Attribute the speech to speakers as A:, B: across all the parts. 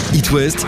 A: It West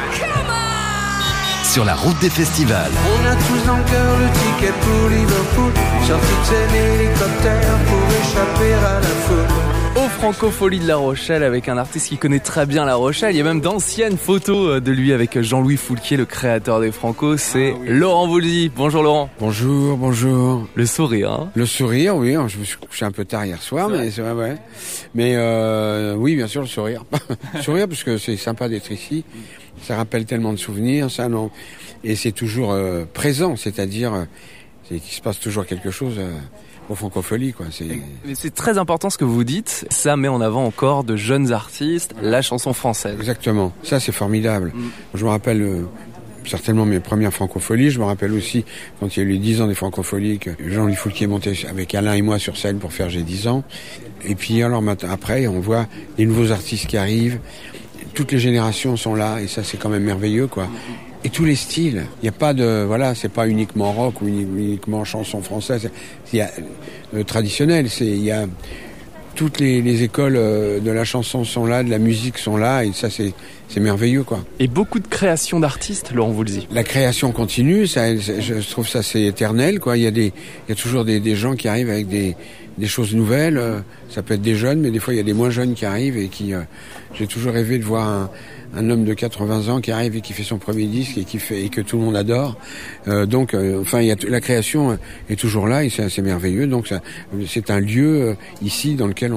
A: sur la route des festivals.
B: On a tous dans le cœur le ticket pour Liverpool, sorti de scène hélicoptère pour échapper à la foule.
C: Au Francofolie de La Rochelle avec un artiste qui connaît très bien La Rochelle. Il y a même d'anciennes photos de lui avec Jean-Louis Foulquier, le créateur des Franco. C'est Laurent Voulzy. Bonjour Laurent.
D: Bonjour, bonjour.
C: Le sourire, hein.
D: Le sourire, oui. Je me suis couché un peu tard hier soir, mais c'est vrai, ouais. Mais oui, bien sûr, le sourire. Le sourire parce que c'est sympa d'être ici. Ça rappelle tellement de souvenirs, ça, non. Et c'est toujours présent, c'est-à-dire qu'il se passe toujours quelque chose au Francofolie, quoi.
C: C'est très important ce que vous dites. Ça met en avant encore de jeunes artistes, la chanson française.
D: Exactement. Ça, c'est formidable. Je me rappelle certainement mes premières Francopholies. Je me rappelle aussi quand il y a eu les 10 ans des Francopholies que Jean-Louis Foulquier montait avec Alain et moi sur scène pour faire J'ai 10 ans. Et puis alors après, on voit les nouveaux artistes qui arrivent. Toutes les générations sont là et ça, c'est quand même merveilleux, quoi. Et tous les styles. Il n'y a pas de, voilà, c'est pas uniquement rock ou uniquement chanson française. Il y a le traditionnel, il y a toutes les écoles de la chanson sont là, de la musique sont là, et ça c'est merveilleux, quoi.
C: Et beaucoup de créations d'artistes, Laurent Voulzy.
D: La création continue, ça, je trouve ça c'est éternel, quoi. Il y a toujours des gens qui arrivent avec des choses nouvelles. Ça peut être des jeunes, mais des fois il y a des moins jeunes qui arrivent et qui. J'ai toujours rêvé de voir un homme de 80 ans qui arrive et qui fait son premier disque et que tout le monde adore. Enfin, la création est toujours là et c'est merveilleux. Donc c'est un lieu ici dans lequel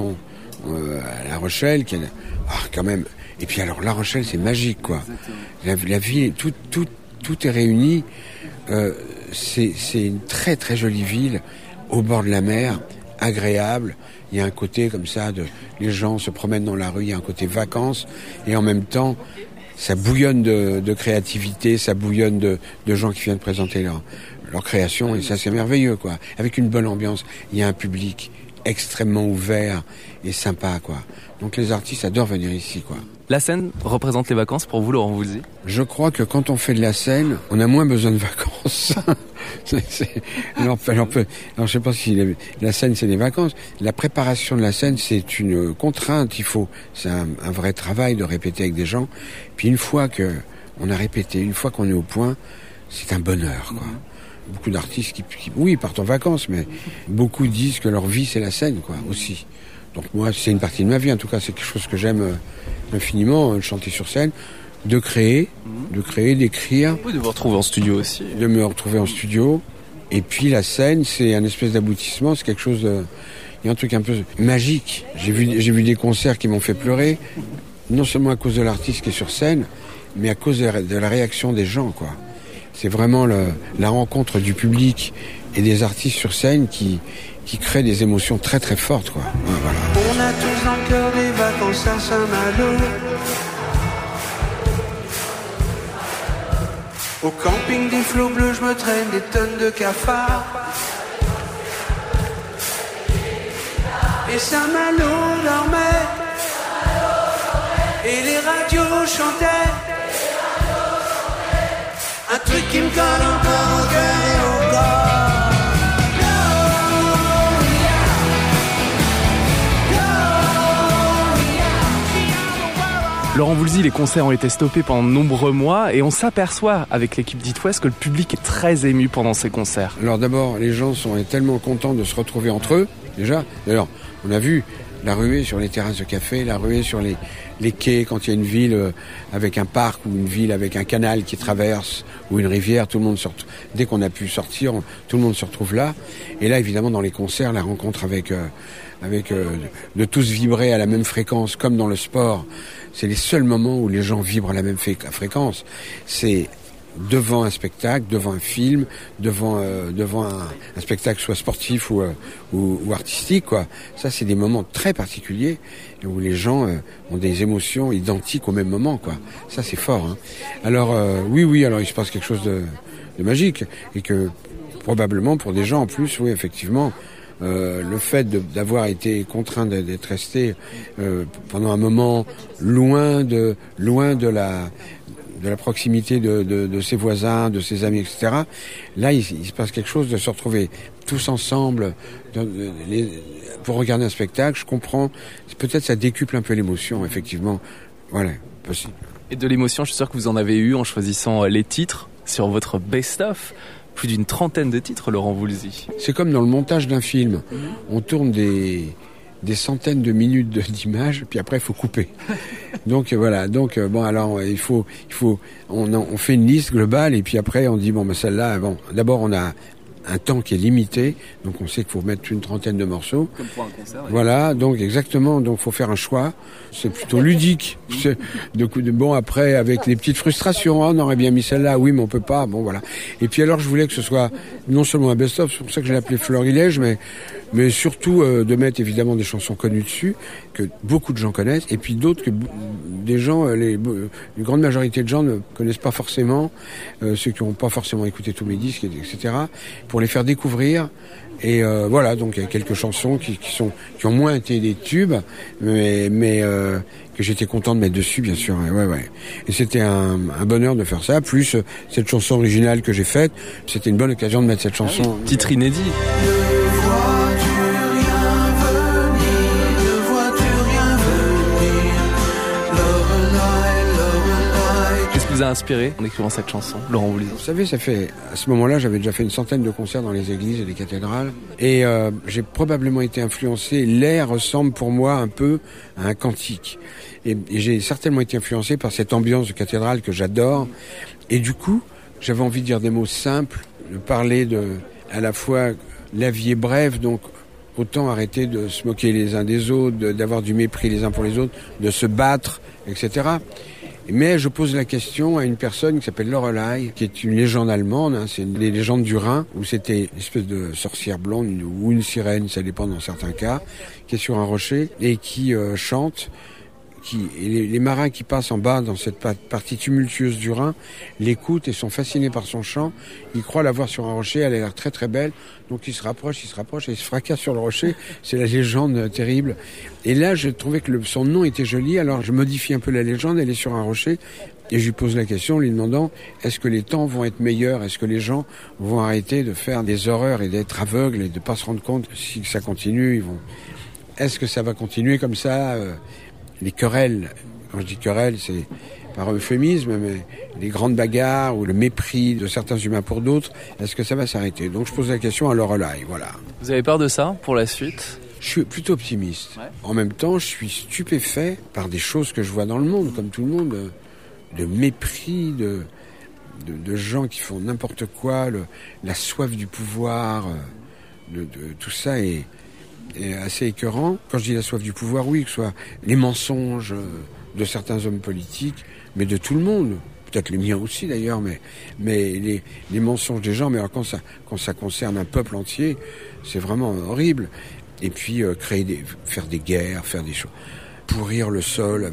D: à La Rochelle, quand même. Et puis alors La Rochelle, c'est magique, quoi. La ville, tout est réuni. C'est une très très jolie ville au bord de la mer, agréable. Il y a un côté comme ça les gens se promènent dans la rue, il y a un côté vacances et en même temps ça bouillonne de créativité, ça bouillonne de gens qui viennent présenter leur création et ça c'est merveilleux, quoi. Avec une bonne ambiance, il y a un public extrêmement ouvert et sympa, quoi. Donc les artistes adorent venir ici, quoi.
C: La scène représente les vacances pour vous, Laurent Voulzy?
D: Je crois que quand on fait de la scène, on a moins besoin de vacances. Alors je sais pas si la scène c'est des vacances. La préparation de la scène c'est une contrainte. C'est un vrai travail de répéter avec des gens. Puis une fois que on a répété, une fois qu'on est au point, c'est un bonheur, quoi. Beaucoup d'artistes qui partent en vacances, mais beaucoup disent que leur vie c'est la scène, quoi, aussi. Donc moi c'est une partie de ma vie, en tout cas c'est quelque chose que j'aime infiniment, de chanter sur scène, de créer, d'écrire.
C: Oui, de vous retrouver en studio aussi.
D: De me retrouver en studio. Et puis la scène, c'est un espèce d'aboutissement, c'est quelque chose il y a un truc un peu magique. J'ai vu des concerts qui m'ont fait pleurer, non seulement à cause de l'artiste qui est sur scène, mais à cause de la réaction des gens, quoi. C'est vraiment la rencontre du public et des artistes sur scène qui crée des émotions très très fortes, quoi. Voilà.
B: On a tous dans le cœur des vacances à Saint-Malo. Au camping des flots bleus, je me traîne des tonnes de cafards. Et Saint-Malo dormait. Et les radios chantaient. Un truc qui me colle encore au cœur et au corps.
C: Laurent Voulzy, les concerts ont été stoppés pendant de nombreux mois et on s'aperçoit avec l'équipe d'It West que le public est très ému pendant ces concerts.
D: Alors d'abord, les gens sont tellement contents de se retrouver entre eux, déjà. D'ailleurs, on a vu la ruée sur les terrasses de café, la ruée sur les quais quand il y a une ville avec un parc ou une ville avec un canal qui traverse ou une rivière, tout le monde sort. Dès qu'on a pu sortir, tout le monde se retrouve là. Et là, évidemment, dans les concerts, la rencontre avec de tous vibrer à la même fréquence, comme dans le sport, c'est les seuls moments où les gens vibrent à la même fréquence. C'est devant un spectacle, devant un film, devant un spectacle soit sportif ou artistique, quoi. Ça, c'est des moments très particuliers où les gens ont des émotions identiques au même moment, quoi. Ça, c'est fort, hein. Alors oui, alors il se passe quelque chose de magique et que probablement pour des gens en plus, oui, effectivement. Le fait d'avoir été contraint d'être resté pendant un moment loin de la proximité de ses voisins, de ses amis, etc. Là, il se passe quelque chose de se retrouver tous ensemble pour regarder un spectacle. Je comprends. Peut-être ça décuple un peu l'émotion, effectivement. Voilà, possible.
C: Et de l'émotion, je suis sûr que vous en avez eu en choisissant les titres sur votre best-of. Plus d'une 30aine de titres, Laurent Voulzy.
D: C'est comme dans le montage d'un film. On tourne des centaines de minutes d'images, puis après il faut couper. Donc voilà. Donc bon, alors on fait une liste globale et puis après on dit bon, celle-là. Bon, d'abord on a un temps qui est limité, donc on sait qu'il faut mettre une 30aine de morceaux.
C: Comme pour un concert.
D: Voilà, donc exactement, donc faut faire un choix. C'est plutôt ludique. Bon, après, avec les petites frustrations, on aurait bien mis celle-là, oui, mais on peut pas, bon voilà. Et puis alors, je voulais que ce soit non seulement un best-of, c'est pour ça que je l'ai appelé Florilège, mais surtout de mettre évidemment des chansons connues dessus, que beaucoup de gens connaissent, et puis d'autres que des gens, une grande majorité de gens ne connaissent pas forcément, ceux qui n'ont pas forcément écouté tous mes disques, etc., pour les faire découvrir. Et voilà, donc il y a quelques chansons qui ont moins été des tubes, mais que j'étais content de mettre dessus, bien sûr. Ouais. Et c'était un bonheur de faire ça. Plus cette chanson originale que j'ai faite, c'était une bonne occasion de mettre cette chanson.
C: Titre inédit. Vous a inspiré en écrivant cette chanson, Laurent Voulzy?
D: Vous savez, à ce moment-là, j'avais déjà fait une centaine de concerts dans les églises et les cathédrales, et j'ai probablement été influencé. L'air ressemble pour moi un peu à un cantique, et j'ai certainement été influencé par cette ambiance de cathédrale que j'adore, et du coup, j'avais envie de dire des mots simples, de parler à la fois la vie est brève, donc autant arrêter de se moquer les uns des autres, d'avoir du mépris les uns pour les autres, de se battre, etc. Mais je pose la question à une personne qui s'appelle Lorelei, qui est une légende allemande, c'est les légendes du Rhin, où c'était une espèce de sorcière blonde ou une sirène, ça dépend dans certains cas, qui est sur un rocher et qui chante. Et les marins qui passent en bas dans cette partie tumultueuse du Rhin l'écoutent et sont fascinés par son chant. Ils croient la voir sur un rocher, elle a l'air très très belle. Donc ils se rapprochent et ils se fracassent sur le rocher. C'est la légende terrible. Et là, je trouvais que son nom était joli, alors je modifie un peu la légende, elle est sur un rocher. Et je lui pose la question en lui demandant, est-ce que les temps vont être meilleurs? Est-ce que les gens vont arrêter de faire des horreurs et d'être aveugles et de pas se rendre compte que si ça continue, est-ce que ça va continuer comme ça? Les querelles, quand je dis querelles, c'est par euphémisme, mais les grandes bagarres ou le mépris de certains humains pour d'autres, est-ce que ça va s'arrêter? Donc je pose la question à Lorelei, voilà.
C: Vous avez peur de ça pour la suite?
D: Je suis plutôt optimiste. Ouais. En même temps, je suis stupéfait par des choses que je vois dans le monde, comme tout le monde, de mépris, de gens qui font n'importe quoi, la soif du pouvoir, tout ça est assez écœurant. Quand je dis la soif du pouvoir, oui, que ce soit les mensonges de certains hommes politiques, mais de tout le monde, peut-être les miens aussi d'ailleurs, mais les mensonges des gens, mais alors quand ça concerne un peuple entier, c'est vraiment horrible. Et puis faire des guerres, faire des choses, pourrir le sol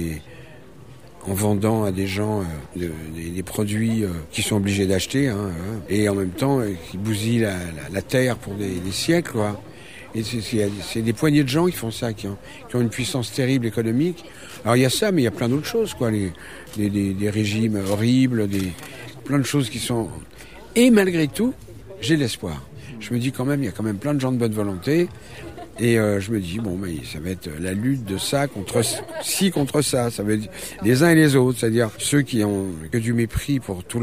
D: en vendant à des gens des produits qui sont obligés d'acheter, et en même temps qui bousillent la terre pour des siècles, quoi. Et c'est des poignées de gens qui font ça, qui ont une puissance terrible économique. Alors il y a ça, mais il y a plein d'autres choses, quoi. Des régimes horribles, plein de choses qui sont... Et malgré tout, j'ai l'espoir. Je me dis quand même, il y a quand même plein de gens de bonne volonté. Et je me dis, bon, mais ça va être la lutte de ça contre ça. Ça va être les uns et les autres. C'est-à-dire ceux qui ont que du mépris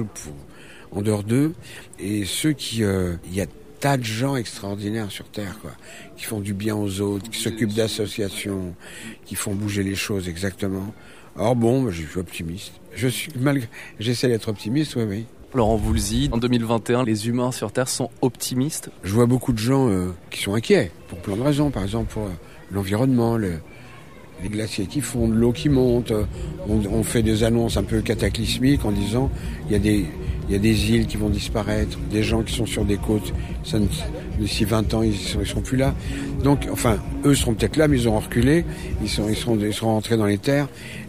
D: en dehors d'eux. Et ceux qui... il y a tas de gens extraordinaires sur Terre, quoi, qui font du bien aux autres, qui s'occupent d'associations, qui font bouger les choses, exactement. Alors bon, je suis optimiste. J'essaie d'être optimiste, oui.
C: Laurent Voulzy, en 2021, les humains sur Terre sont optimistes?
D: Je vois beaucoup de gens qui sont inquiets, pour plein de raisons. Par exemple, pour l'environnement, les glaciers qui fondent, l'eau qui monte. On fait des annonces un peu cataclysmiques en disant il y a des îles qui vont disparaître, des gens qui sont sur des côtes, d'ici 20 ans, ils seront plus là. Donc, enfin, eux seront peut-être là, mais ils auront reculé, ils seront rentrés dans les terres,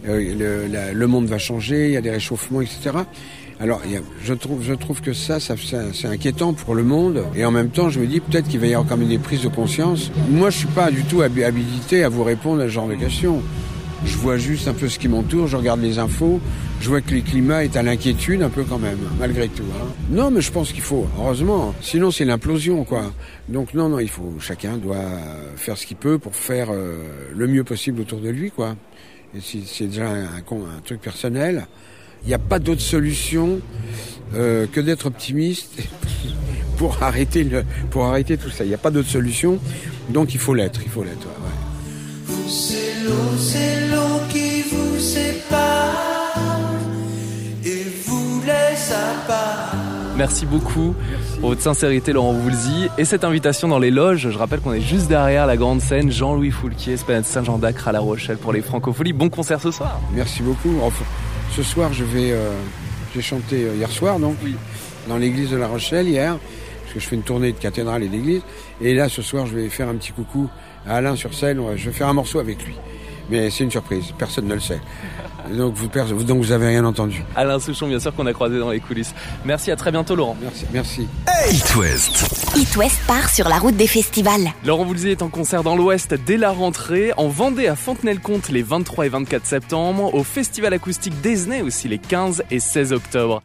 D: le monde va changer, il y a des réchauffements, etc. Alors, je trouve que ça c'est inquiétant pour le monde, et en même temps, je me dis peut-être qu'il va y avoir quand même des prises de conscience. Moi, je suis pas du tout habilité à vous répondre à ce genre de questions. Je vois juste un peu ce qui m'entoure, je regarde les infos, je vois que le climat est à l'inquiétude un peu quand même, malgré tout. Non, mais je pense qu'il faut, heureusement, sinon c'est l'implosion, quoi. Donc non, chacun doit faire ce qu'il peut pour faire le mieux possible autour de lui, quoi. et c'est déjà un truc personnel. Il n'y a pas d'autre solution que d'être optimiste pour arrêter tout ça. Il n'y a pas d'autre solution, donc il faut l'être. Ouais.
B: C'est l'eau qui vous sépare et vous laisse à part.
C: Merci beaucoup pour votre sincérité, Laurent Voulzy, et cette invitation dans les loges. Je rappelle qu'on est juste derrière la grande scène Jean-Louis Foulquier, Esplanade Saint-Jean-d'Acre à La Rochelle pour les Francopholies. Bon concert ce soir.
D: Merci beaucoup. Enfin, ce soir, j'ai chanté hier soir, donc, dans l'église de La Rochelle hier, parce que je fais une tournée de cathédrales et d'églises. Et là, ce soir, je vais faire un petit coucou à Alain sur scène. Je vais faire un morceau avec lui. Mais c'est une surprise, personne ne le sait. Donc vous avez rien entendu.
C: Alain Souchon, bien sûr, qu'on a croisé dans les coulisses. Merci, à très bientôt, Laurent.
D: Merci.
A: It West.
E: It West part sur la route des festivals.
C: Laurent Voulzy est en concert dans l'Ouest dès la rentrée, en Vendée à Fontenay-le-Comte les 23 et 24 septembre, au Festival acoustique d'Esnay aussi les 15 et 16 octobre.